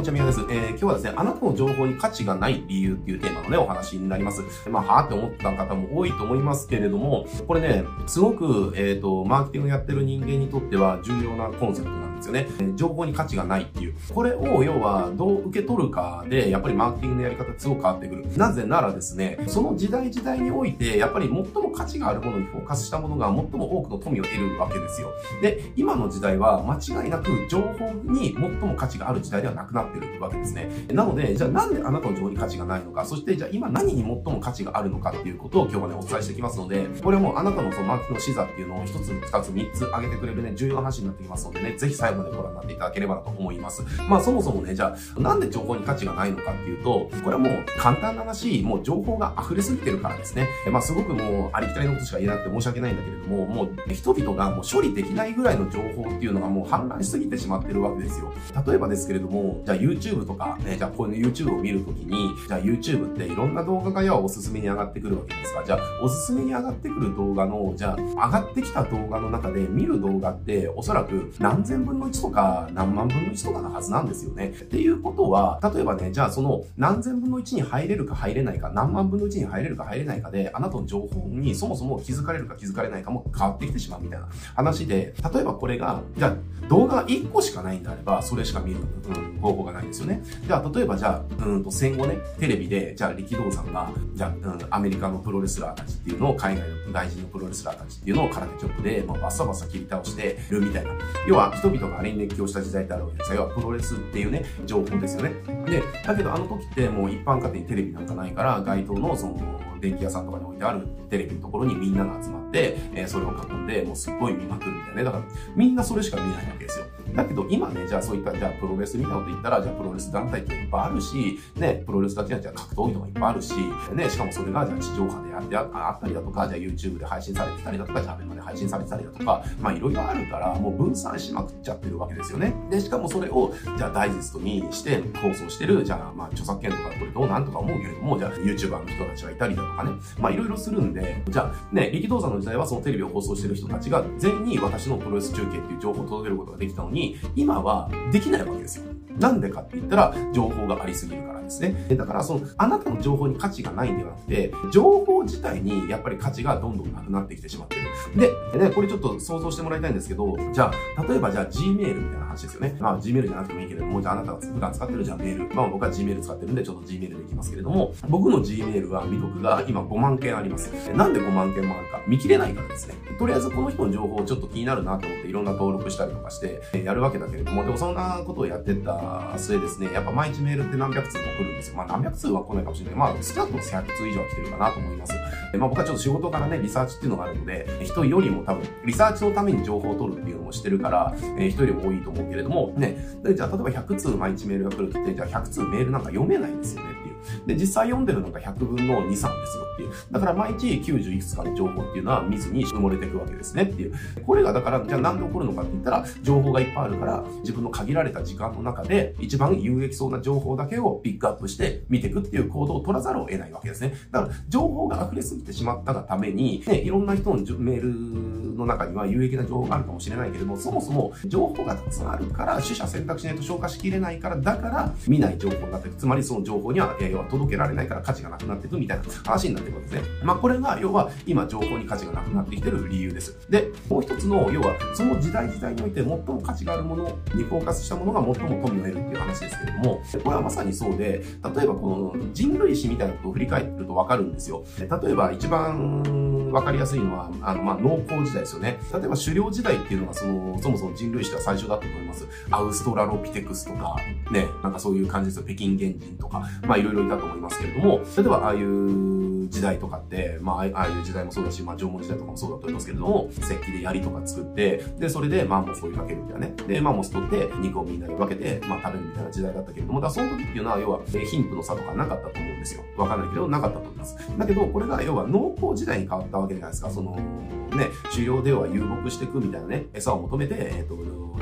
ちは、みやです。今日はですね、あなたの情報に価値がない理由っていうテーマのね、お話になります。はぁって思った方も多いと思いますけれども、これね、すごく、マーケティングやってる人間にとっては重要なコンセプトなんですよね。情報に価値がないっていう。これを、要は、どう受け取るかで、やっぱりマーケティングのやり方ってすごく変わってくる。なぜならですね、その時代時代において、やっぱり最も価値があるものにフォーカスしたものが最も多くの富を得るわけですよ。で、今の時代は間違いなく情報に最も価値がある時代ではなくなってるわけですね。なので、じゃあなんであなたの情報に価値がないのか、そしてじゃあ今何に最も価値があるのかっていうことを今日はね、お伝えしていきますので、これもあなたのそのマーケティングの視座っていうのを一つ、二つ、三つ上げてくれるね、重要な話になってきますのでね、ぜひ最後までご覧になっていただければなと思います。そもそもね、じゃあなんで情報に価値がないのかっていうと、これはもう簡単な話、もう情報が溢れすぎてるからですね。すごくもうありきたりのことしか言えなくて申し訳ないんだけれども、もう人々がもう処理できないぐらいの情報っていうのがもう氾濫しすぎてしまってるわけですよ。例えばですけれども、じゃあ YouTube とか、じゃあこういう YouTube を見るときに、じゃあ YouTube っていろんな動画が要はおすすめに上がってくるわけですが、じゃあおすすめに上がってくる動画の、じゃあ上がってきた動画の中で見る動画っておそらく何千分の1とか何万分の1とかのはずなんですよね。っていうことは、例えばね、じゃあその何千分の1に入れるか入れないか、何万分の1に入れるか入れないかで、あなたの情報にそもそも気づかれるか気づかれないかも変わってきてしまうみたいな話で、例えばこれが、じゃあ動画が1個しかないんであれば、それしか見る、方法がないですよね。じゃあ例えばじゃあ、戦後ね、テレビで、じゃあ力道山が、じゃあ、アメリカのプロレスラーたちっていうのを、海外の外人のプロレスラーたちっていうのを空手チョップで、バッサバサ切り倒してるみたいな。要は人々があれに熱狂した時代ってあるわけですよ。要はプロレスっていうね、情報ですよね。で、だけどあの時ってもう一般家庭にテレビなんかないから、街頭のその、電気屋さんとかに置いてあるテレビのところにみんなが集まって、それを囲んで、もうすっごい見まくるみたいなね。だから、みんなそれしか見ないわけですよ。だけど今ね、じゃあそういった、じゃあプロレスみたいなこと言ったら、じゃあプロレス団体っていっぱいあるし、ね、プロレスだけじゃじゃあ格闘技とかいっぱいあるし、ね、しかもそれがじゃあ地上波でやってあったりだとか、じゃあ YouTube で配信されてたりだとか、じゃあ ABEMA で配信されてたりだとか、いろいろあるから、もう分散しまくっちゃってるわけですよね。で、しかもそれを、じゃあダイジェストにして放送してる、じゃあ著作権とかこれどうなんとか思うけれども、じゃあ YouTuber の人たちがいたりだとかね、いろいろするんで、じゃあね、力道山の時代はそのテレビを放送してる人たちが全員に私のプロレス中継っていう情報を届けることができたのに、今はできないわけですよ。なんでかって言ったら、情報がありすぎるからですね。だから、あなたの情報に価値がないんではなくて、情報自体にやっぱり価値がどんどんなくなってきてしまってる。で、ね、これちょっと想像してもらいたいんですけど、じゃあ、例えばじゃあ Gmail みたいな話ですよね。Gmail じゃなくてもいいけれども、じゃああなたが普段使ってるじゃあメール。僕は Gmail 使ってるんで、ちょっと Gmail でいきますけれども、僕の Gmail は未読が今5万件あります。なんで5万件もあるか。見切れないからですね。とりあえずこの人の情報をちょっと気になるなと思っていろんな登録したりとかしてやるわけだけれども、でもそんなことをやってた末ですね、やっぱ毎日メールって何百通も来るんですよ。何百通は来ないかもしれない。少なくとも100通以上は来てるかなと思います。僕はちょっと仕事からね、リサーチっていうのがあるので、人よりも多分、リサーチのために情報を取るっていうのもしてるから、人よりも多いと思うけれども、ね、じゃあ例えば100通毎日メールが来るって、じゃあ100通メールなんか読めないんですよねっていう。で、実際読んでるのが100分の2、3ですよっていう。だから毎日90いくつかの情報っていうのは見ずに埋もれていくわけですねっていう。これがだから、じゃあなんで起こるのかって言ったら、情報がいっぱいあるから、自分の限られた時間の中で、一番有益そうな情報だけをピックアップして見ていくっていう行動を取らざるを得ないわけですね。だから、情報が溢れすぎてしまったがために、ね、いろんな人のメールの中には有益な情報があるかもしれないけれども、そもそも情報がたくさんあるから、取捨選択しないと消化しきれないから、だから見ない情報になっていく。つまりその情報には、要は届けられないから価値がなくなっていくみたいな話になっていくわけですね。これが、要は今情報に価値がなくなってきている理由です。で、もう一つの、要はその時代時代において最も価値があるものにフォーカスしたものが最も富を得るっていう話ですけれども、これはまさにそうで、例えばこの人類史みたいなことを振り返るとわかるんですよ。例えば一番わかりやすいのは、農耕時代ですよね。例えば狩猟時代っていうのがそもそも人類史では最初だと思います。アウストラロピテクスとか、ね、なんかそういう感じですよ。北京原人とか、いろいろいたと思いますけれども、例えばああいう時代とかって、ああいう時代もそうだし、縄文時代とかもそうだと思いますけれども、石器で槍とか作って、で、それでマンモスを追いかけるみたいなね。で、マンモス取って肉をみんなで分けて、食べるみたいな時代だったけれども、その時っていうのは、要は、貧富の差とかなかったと思うんですよ。わかんないけど、なかったと思います。だけど、これが、要は農耕時代に変わったわけじゃないですか。狩猟では遊牧していくみたいなね、餌を求めて、人間た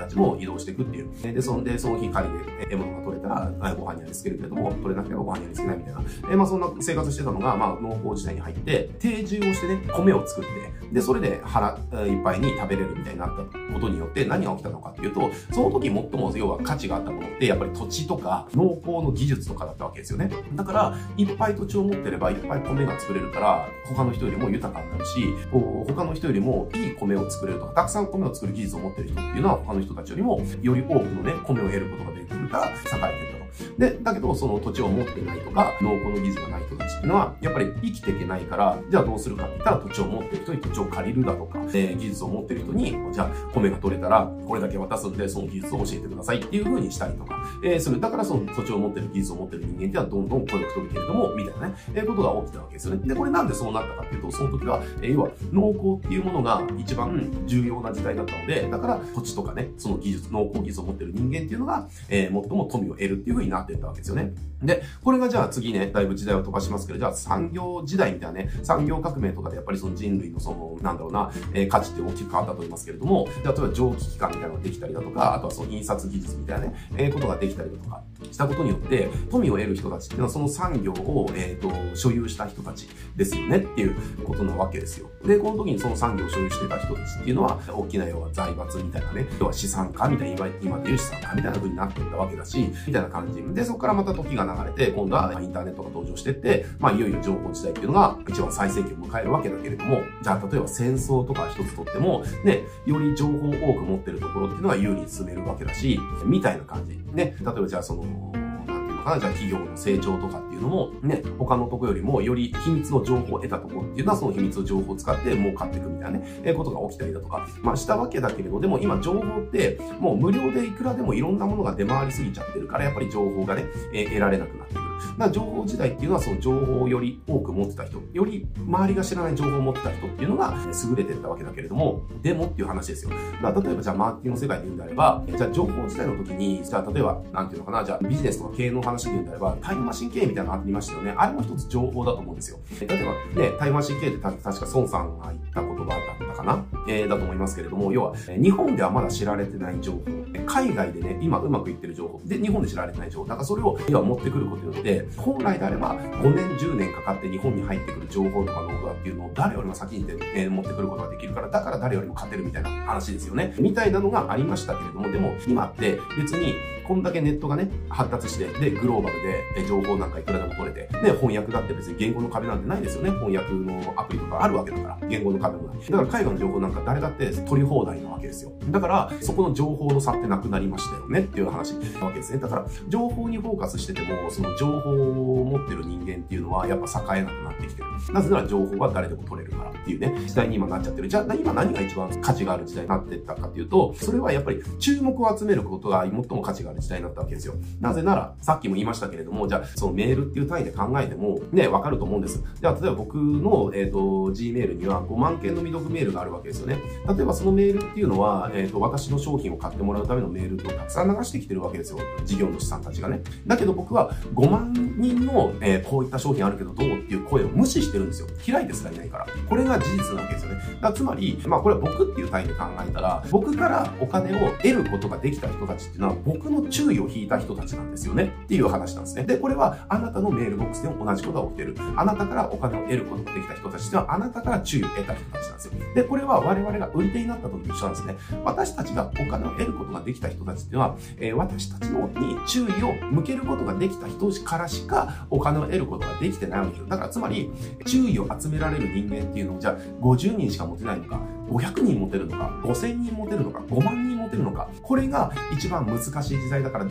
ちも移動していくっていう。で、その日狩りで獲物が取れたら、ご飯にありつけるけれども、取れなければご飯にありつけないみたいな。そんな生活してたのが、農耕時代に入って、定住をしてね、米を作って、で、それで腹いっぱいに食べれるみたいになったことによって何が起きたのかっていうと、その時最も要は価値があったものって、やっぱり土地とか農耕の技術とかだったわけですよね。だから、いっぱい土地を持ってればいっぱい米が作れるから、他の人よりも豊かになるし、他の人よりもいい米を作れるとか、たくさん米を作る技術を持ってる人っていうのは、他の人たちよりもより多くのね、米を得ることができるから栄えてるんだと。で、だけど、その土地を持ってないとか、農耕の技術がない人たちっていうのは、やっぱり生きていけないから、じゃあどうするかって言ったら、土地を持ってる人に土地を借りるだとか、技術を持ってる人に、じゃあ米が取れたら、これだけ渡すんで、その技術を教えてくださいっていう風にしたりとか、する。だからその土地を持ってる技術を持ってる人間っていうのは、どんどん声を太るけれども、みたいなね、ことが起きたわけですよね。で、これなんでそうなったかっていうと、その時は、要は、農耕っていうものが一番重要な時代だったので、だから土地とかね、その技術、農耕技術を持ってる人間っていうのが、最も富を得るっていう風になっていったわけですよね。で、これがじゃあ次ね、だいぶ時代を飛ばしますけど、じゃあ産業時代みたいなね、産業革命とかでやっぱりその人類のその、なんだろうな、価値って大きく変わったと思いますけれども、じゃあ例えば蒸気機関みたいなのができたりだとか、あとはその印刷技術みたいなね、ことができたりだとかしたことによって、富を得る人たちっていうのはその産業を、所有した人たちですよねっていうことなわけですよ。で、この時にその産業を所有してた人たちっていうのは、大きな要は財閥みたいなね、要は資産家みたいな、今でいう資産家みたいな風になっていったわけだし、みたいな感じ。で、そこからまた時が流れて、今度はインターネットが登場してって、いよいよ情報時代っていうのが一番最盛期を迎えるわけだけれども、じゃあ例えば戦争とか一つとっても、ね、より情報を多く持ってるところっていうのが有利に進めるわけだし、みたいな感じ。ね、例えばじゃあその、じゃあ企業の成長とかっていうのもね、他のところよりもより秘密の情報を得たところっていうのはその秘密の情報を使って儲かっていくみたいなね、ことが起きたりだとか、したわけだけれど、でも今情報ってもう無料でいくらでもいろんなものが出回りすぎちゃってるから、やっぱり情報がね、得られなくなってくる。だから情報時代っていうのはその情報をより多く持ってた人、より周りが知らない情報を持ってた人っていうのが優れてったわけだけれども、でもっていう話ですよ。だから例えばじゃあマーケティングの世界で言うんであれば、じゃあ情報時代の時に、じゃあ例えば、なんていうのかな、じゃあビジネスとか経営の話で言うんであれば、タイムマシン経営みたいなのありましたよね。あれも一つ情報だと思うんですよ。例えばね、タイムマシン経営って確か孫さんが言った言葉だったかな、だと思いますけれども、要は、日本ではまだ知られてない情報、海外でね、今うまくいってる情報、で、日本で知られてない情報、だからそれを要は持ってくることによって、本来であれば5年、10年かかって日本に入ってくる情報とかノウハウっていうのを誰よりも先に持ってくることができるから、だから誰よりも勝てるみたいな話ですよね。みたいなのがありましたけれども、でも今って別にこんだけネットがね、発達して、で、グローバルで情報なんかいくらでも取れて、で、翻訳だって別に言語の壁なんてないですよね。翻訳のアプリとかあるわけだから、言語の壁もない。だから海外の情報なんか誰だって取り放題なわけですよ。だから、そこの情報の差ってなくなりましたよねっていう話なわけですね。だから、情報にフォーカスしてても、その情報を持ってる人間っていうのはやっぱ栄えなくなってきてる。なぜなら情報は誰でも取れるからっていうね、時代に今なっちゃってる。じゃあ今何が一番価値がある時代になってったかっていうと、それはやっぱり注目を集めることが最も価値がある時代になったわけですよ。なぜなら、さっきも言いましたけれども、じゃあそのメールっていう単位で考えてもね、わかると思うんです。じゃあ例えば僕のGmail には5万件の未読メールがあるわけですよね。例えばそのメールっていうのは、私の商品を買ってもらうためのメールとたくさん流してきてるわけですよ。事業主さんたちがね。だけど僕は5万人の、こういった商品あるけどどうっていう声を無視してるんですよ。開いてすらいないから。これが事実なわけですよね。だからつまり、これは僕っていう単位で考えたら、僕からお金を得ることができた人たちっていうのは僕の注意を引いた人たちなんですよね。っていう話なんですね。で、これはあなたのメールボックスでも同じことが起きてる。あなたからお金を得ることができた人たちっていうのはあなたから注意を得た人たちなんですよ。で、これは我々が売り手になった時と一緒なんですね。私たちがお金を得ることができた人たちっていうのは、私たちのに注意を向けることができた人からしかお金を得ることができてないわけです。だからつまり、注意を集められる人間っていうのをじゃあ50人しか持てないのか、500人持てるのか、5000人持てるのか、5万人持てるのか、これが一番難しい時代だから、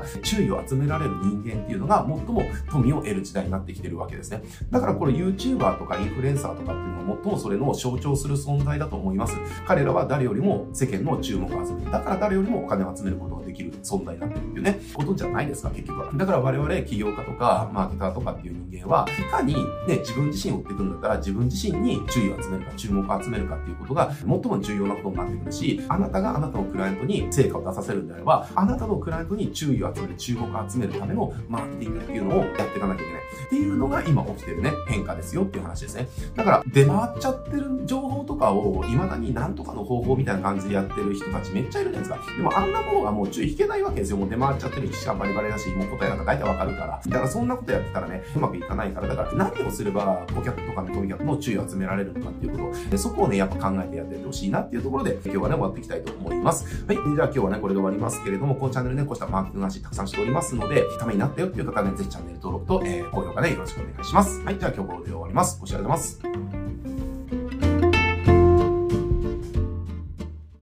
注意を集められる人間っていうのが最も富を得る時代になってきてるわけですね。だからこれ YouTuber とかインフルエンサーとかっていうのは最もそれの象徴する存在だと思います。彼らは誰よりも世間の注目を集める。だから誰よりもお金を集めることができる存在になってるっていうね、ことじゃないですか、結局は。だから我々起業家とかマーケターとかっていう人間は、いかにね、自分自身を追っていくんだったら自分自身に注意を集めるか、注目を集めるかっていうことがが最も重要なことになってくるし、あなたがあなたのクライアントに成果を出させるんであれば、あなたのクライアントに注意を集める、注目を集めるためのマーケティングっていうのをやっていかなきゃいけない。っていうのが今起きてるね、変化ですよっていう話ですね。だから、出回っちゃってる情報とかを未だになんとかの方法みたいな感じでやってる人たちめっちゃいるじゃないですか。でもあんなものがもう注意引けないわけですよ。もう出回っちゃってるしかバリバリだし、もう答えなんか大体わかるから。だからそんなことやってたらね、うまくいかないから、だから何をすれば顧客とか見込み客の注意を集められるのかっていうことで、そこをね、やっぱ考えてやっていってほしいなっていうところで、今日はね、終わっていきたいと思います。はい。じゃあ今日はね、これで終わりますけれども、このチャンネルね、こうしたマーケティングの話たくさんしておりますので、ためになったよっていう方はね、ぜひチャンネル登録と、高評価でよろしくお願いします。はい。じゃあ今日これで終わります。ご視聴ありがとうございます。